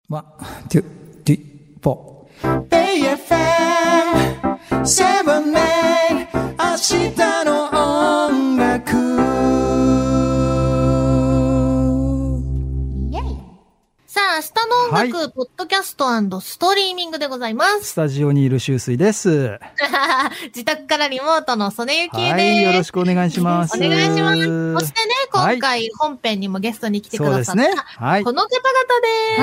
ワン、ツー、スリー、フォー。BFM7 年、明日の音楽。 さあ、明日の音楽、ポッドキャスト&ストリーミングでございます。 スタジオにいるシュウスイです。 自宅からリモートの曽根ゆきです。 はい、よろしくお願いします。 お願いします。そしてね、今回本編にもゲストに来てくださった、この方々です。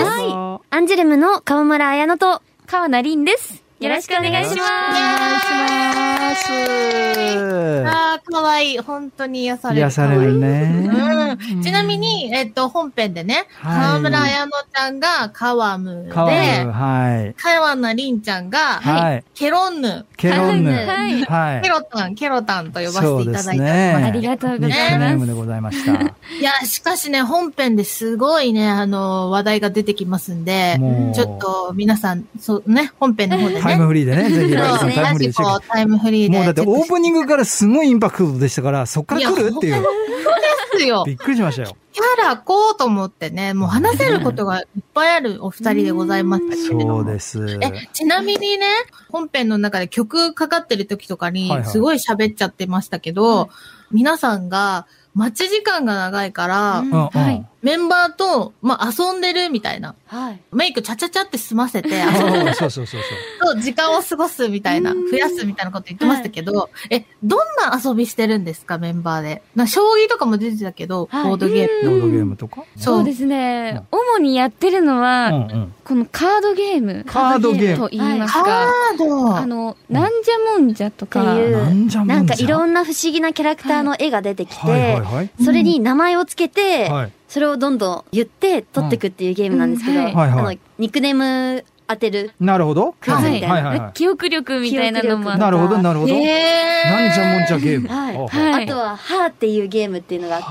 はい。アンジュルムの川村彩乃と川名凛です。よろしくお願いします。お願いします。 あー、かわいい。本当に癒される。 癒されるね。 ちなみに、本編でね、川村彩乃ちゃんが川ムで、川名凛ちゃんが、ケロンヌ。 ケロンヌ。 ケロタンと呼ばせていただいて。 ありがとうございます。 ニックネームでございました。 いや、しかしね、本編ですごいね、話題が出てきますんで、ちょっと皆さん、そうね、本編の方でね。 タイムフリーでね、ぜひタイムフリーで。 もうだってオープニングからすごいインパクトでしたから、そっから来るっていう。 そうですよ。 びっくりしましたよ。 キャラこうと思ってね、もう話せることがいっぱいあるお二人でございましたけれども。 そうです。 ちなみにね、本編の中で曲かかってる時とかに、すごい喋っちゃってましたけど、皆さんが待ち時間が長いから、メンバーと、遊んでるみたいな。メイクチャチャチャって済ませて、 そう。 時間を過ごすみたいな、増やすみたいなこと言ってましたけど、どんな遊びしてるんですか、メンバーで。将棋とかも出てたけど、ボードゲームとかそうですね。主にやってるのは、このカードゲーム。 カードゲームと言いますか。 カード。 なんじゃもんじゃとか。 なんかいろんな不思議なキャラクターの絵が出てきて、それに名前をつけて、それをどんどん言って取っていくっていうゲームなんですけど、ニックネーム当てる。 なるほど。 クイズみたいな。 記憶力みたいなのもあった。 なるほど。なんじゃもんじゃゲーム。 あとは、はーっていうゲームっていうのがあって、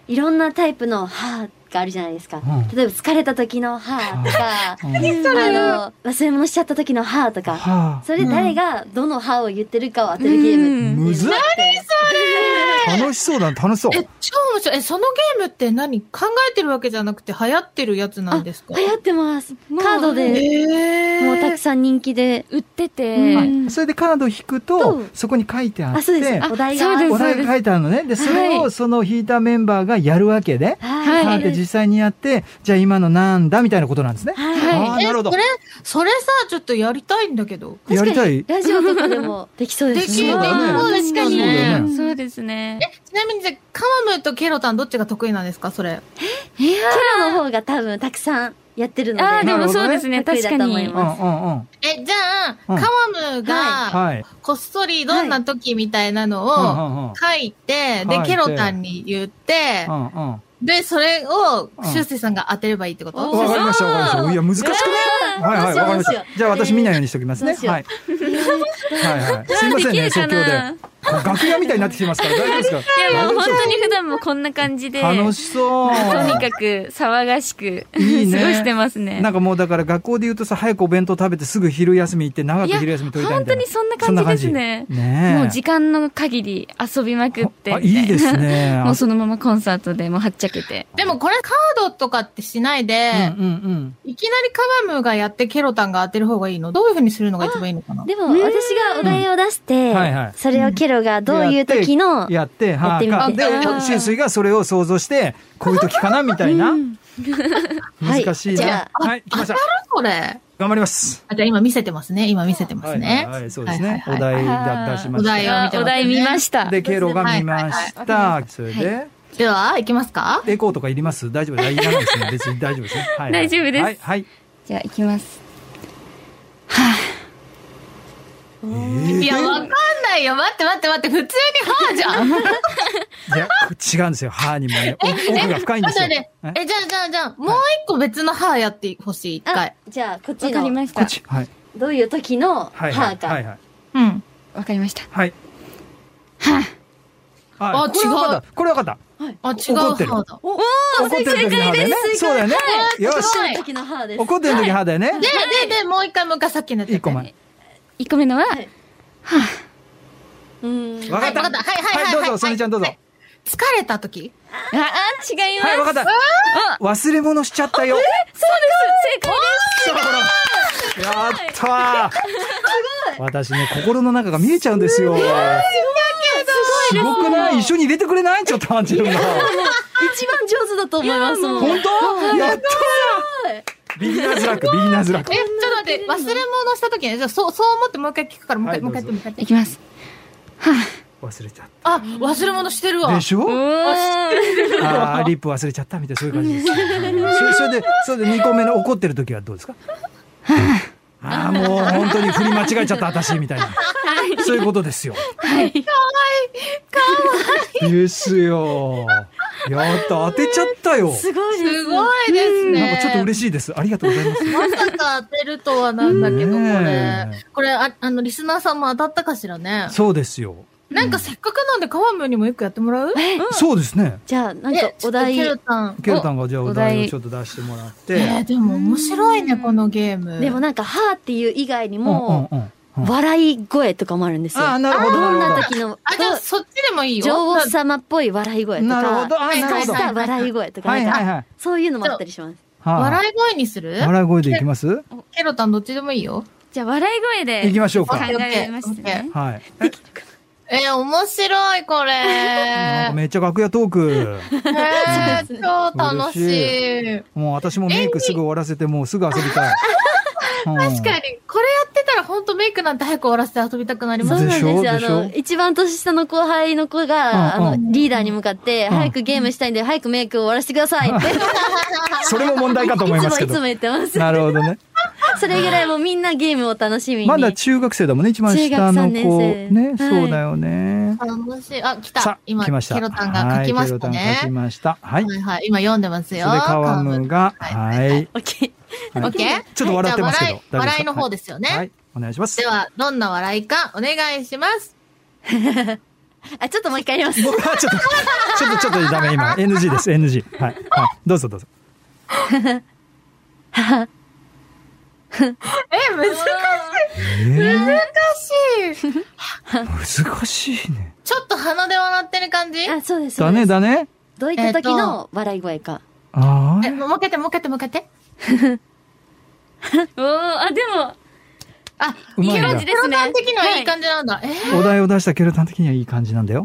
いろんなタイプのはーがあるじゃないですか。例えば疲れた時のはーとか、忘れ物しちゃった時のはーとか、それ誰がどのはーを言ってるかを当てるゲーム。 むずっ。何それ楽しそうだ、楽しそう。 超面白い。そのゲームって何考えてるわけじゃなくて流行ってるやつなんですか？ 流行ってます。カードで、もうたくさん人気で売ってて。 それでカード引くと、そこに書いてあって、 そうです。お題が書いてあるのね。で、それをその引いたメンバーがやるわけで、実際にやって、じゃあ今のなんだみたいなことなんですね。なるほど。 それさ、ちょっとやりたいんだけど。 やりたい？ ラジオとかでもできそうですね。 確かにね。 そうですね。 ちなみにじゃあ、カワムとケロタンどっちが得意なんですか、それ。 ケロの方が多分たくさんやってるので。 でもそうですね、確かに。 じゃあ、カワムが、こっそりどんな時みたいなのを書いて、で、ケロタンに言って、で、それを、シュウスイさんが当てればいいってこと？ わかりました。いや、難しくね。わかりました。じゃあ私見ないようにしておきますね。すいませんね、即興で。楽屋みたいになってきてますから、大丈夫ですか？ いや、もう本当に普段もこんな感じで。 楽しそう。 とにかく騒がしく過ごしてますね。 なんかもうだから学校で言うとさ、早くお弁当食べてすぐ昼休み行って長く昼休み取りたいみたいな。 本当にそんな感じですね。もう時間の限り遊びまくって。 いいですね。 もうそのままコンサートでもはっちゃけて。 でもこれカードとかってしないで、いきなりカワムがやってケロタンが当てる方がいいの？どういう風にするのが一番いいのかな？ でも私がお題を出して、それをケロがどういう時のやってみて。で、シュウスイがそれを想像して、こういう時かなみたいな。難しいな。はい、来ました。 これ。 頑張ります。 じゃあ今見せてますね。 はい、そうですね。お題出しました。 お題見ました。 で、ケロが見ました。それで。 では、行きますか？ エコーとかいります？大丈夫？いらないですね。別に大丈夫ですね。 大丈夫です。 はい。 じゃあ、行きます。 いや、わかんないよ。待って。普通に歯じゃん。 いや、違うんですよ。歯にもね、奥が深いんですよ。 じゃあ、もう一個別の歯やってほしい、一回。 じゃあ、こっちの。 わかりました。 どういう時の歯か。 わかりました。 はい。 違う。 これわかった。 違う歯だ。 怒ってる時の歯だよね。そうだよね。よし。 怒ってる時の歯です。 怒ってる時の歯だよね。 で、もう一回さっきのやつ。 一個前。 1個目のは、 わかった。はい、どうぞ、ソニちゃんどうぞ。 疲れた時？ 違います。 はい、わかった。忘れ物しちゃったよ。 そうです。 ったー。私ね、心の中が見えちゃうんですよ。すごくない？一緒に入れてくれない？ちょっとアンジェルが。 一番上手だと思いますもん。 本当？やったー。ビギナーズラック。 ちょっと待って、忘れ物した時に、そう思ってもう一回聞くから、もう一回やって。 いきます。 忘れちゃった。 忘れ物してるわ。 でしょ？リップ忘れちゃったみたいな、そういう感じです。それで2個目の怒ってる時はどうですか？もう本当に振り間違えちゃった私みたいな。そういうことですよ。 かわいい。 ですよ。やった、当てちゃったよ。 すごいですね。 なんかちょっと嬉しいです。ありがとうございます。 まさか当てるとはなんだけど、これ、リスナーさんも当たったかしらね。 そうですよ。 なんかせっかくなんでカワムーにも一個やってもらう？ そうですね。 じゃあ、なんかお題。 ケルタンがじゃあお題をちょっと出してもらって。 でも面白いね、このゲーム。 でもなんか、はーっていう以外にも、笑い声とかもあるんですよ。 なるほど。 どんな時の。 じゃあそっちでもいいよ。 女王様っぽい笑い声とか。 なるほど。 すかした笑い声とか。そういうのもあったりします。 笑い声にする？ 笑い声でいきます？ ケロタンどっちでもいいよ。 じゃあ笑い声で。 いきましょうか。 考えましたね。 はい。 面白い、これ。 なんかめっちゃ楽屋トーク。 超楽しい。 もう私もメイクすぐ終わらせて、もうすぐ遊びたい。 確かに、これやってたら本当メイクなんて早く終わらせて遊びたくなりますね。 そうなんですよ。一番年下の後輩の子が、リーダーに向かって、早くゲームしたいんで、早くメイクを終わらせてくださいって。 それも問題かと思いますけど。 いつも言ってます。 なるほどね。 それぐらいもうみんなゲームを楽しみに。 まだ中学生だもんね、一番下の子。ね、そうだよね。 楽しい。来た。今、 来ました。 ケロタンが書きましたね。 書きました。はい。 はい。今読んでますよ。 それでカワムが、はい。 オッケー？ ちょっと笑ってますけど。 笑いの方ですよね。 はい。お願いします。 では、どんな笑いかお願いします。 ちょっっともう一回やります。 ちょっとダメ、今。NG です、NG。はい。どうぞ。 難しいね。 ちょっと鼻で笑ってる感じ？ そうです。 だね。 どういった時の笑い声か。 もう一回やって。 でも、 いい感じですね。ケロタン的にはいい感じなんだ。 お題を出したケロタン的にはいい感じなんだよ。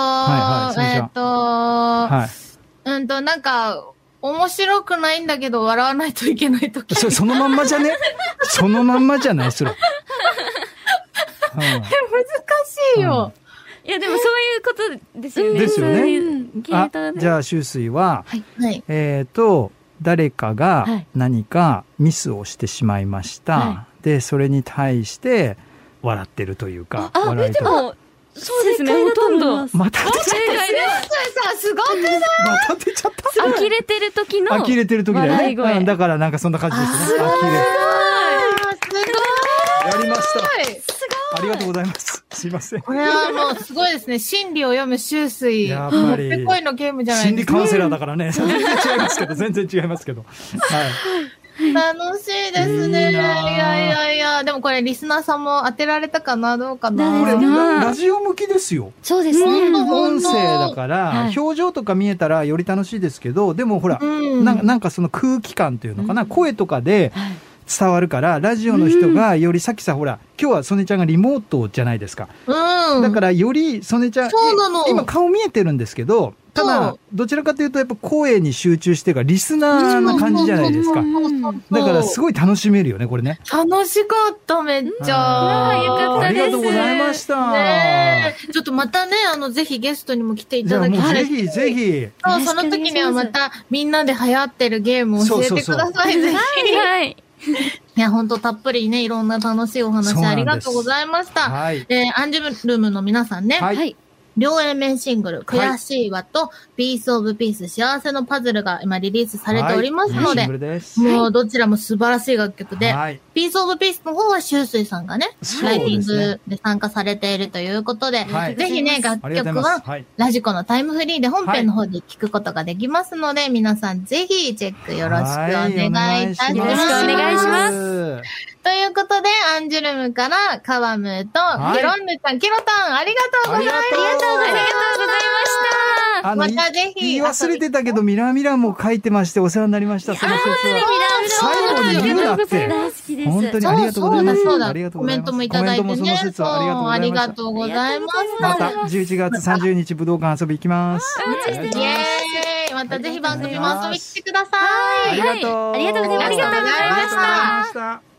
なんか、面白くないんだけど笑わないといけないとき。 そのまんまじゃね？そのまんまじゃないそれ。 難しいよ。 いやでもそういうことですよね。 ですよね。じゃあ、秋水は、誰かが何かミスをしてしまいました。で、それに対して笑ってるというか、笑いと。 そうですね、ほとんど。 また当てちゃった。 すごくない？ また当てちゃった。 呆れてる時の。 呆れてる時だよね。だからなんかそんな感じですね。呆れ。やりました。ありがとうございます。すいません。 これはもうすごいですね。心理を読む秋水。 やっぱり。 もってこいのゲームじゃないですか。心理カウンセラーだからね。全然違いますけど。はい。 楽しいですね。いや。でもこれリスナーさんも当てられたかな？どうかな？ これラジオ向きですよ。 そうですね。 音声だから、表情とか見えたらより楽しいですけど、でもほら、なんかその空気感っていうのかな、声とかで伝わるから、ラジオの人がよりさっきさ、ほら、今日は曽根ちゃんがリモートじゃないですか。だからより曽根ちゃん、今顔見えてるんですけど、ただ、どちらかというとやっぱ声に集中してるから、リスナーな感じじゃないですか。だからすごい楽しめるよね、これね。 楽しかった、めっちゃ。 よかったです。 ありがとうございました。 ちょっとまたね、ぜひゲストにも来ていただきたい。 ぜひ。 その時にはまたみんなで流行ってるゲームを教えてください、ぜひ。はい。いや、ほんとたっぷりね、いろんな楽しいお話ありがとうございました。アンジュルムの皆さんね。両 A 面シングル、悔しいわと、ピースオブピース、幸せのパズルが今リリースされておりますので、もうどちらも素晴らしい楽曲で、ピースオブピースの方は秋水さんがね、ライティングで参加されているということで、ぜひね、楽曲はラジコのタイムフリーで本編の方で聴くことができますので、皆さんぜひチェックよろしくお願いいたします。 よろしくお願いします。 ということで、アンジュルムからカワムーとケロンヌちゃん、ケロタン、ありがとうございました。 ありがとうございました。 またぜひ。 言い忘れてたけど、ミラーミラーも書いてましてお世話になりました、その説は。最後に言うなって。 大好きです。 本当にありがとうございます。 ありがとうございます。コメントもいただいてね。コメントもその説はありがとうございます。 また11月30日武道館遊び行きます。 イエーイ。またぜひ番組も遊び来てください。 ありがとう。 ありがとうございました。 ありがとうございました。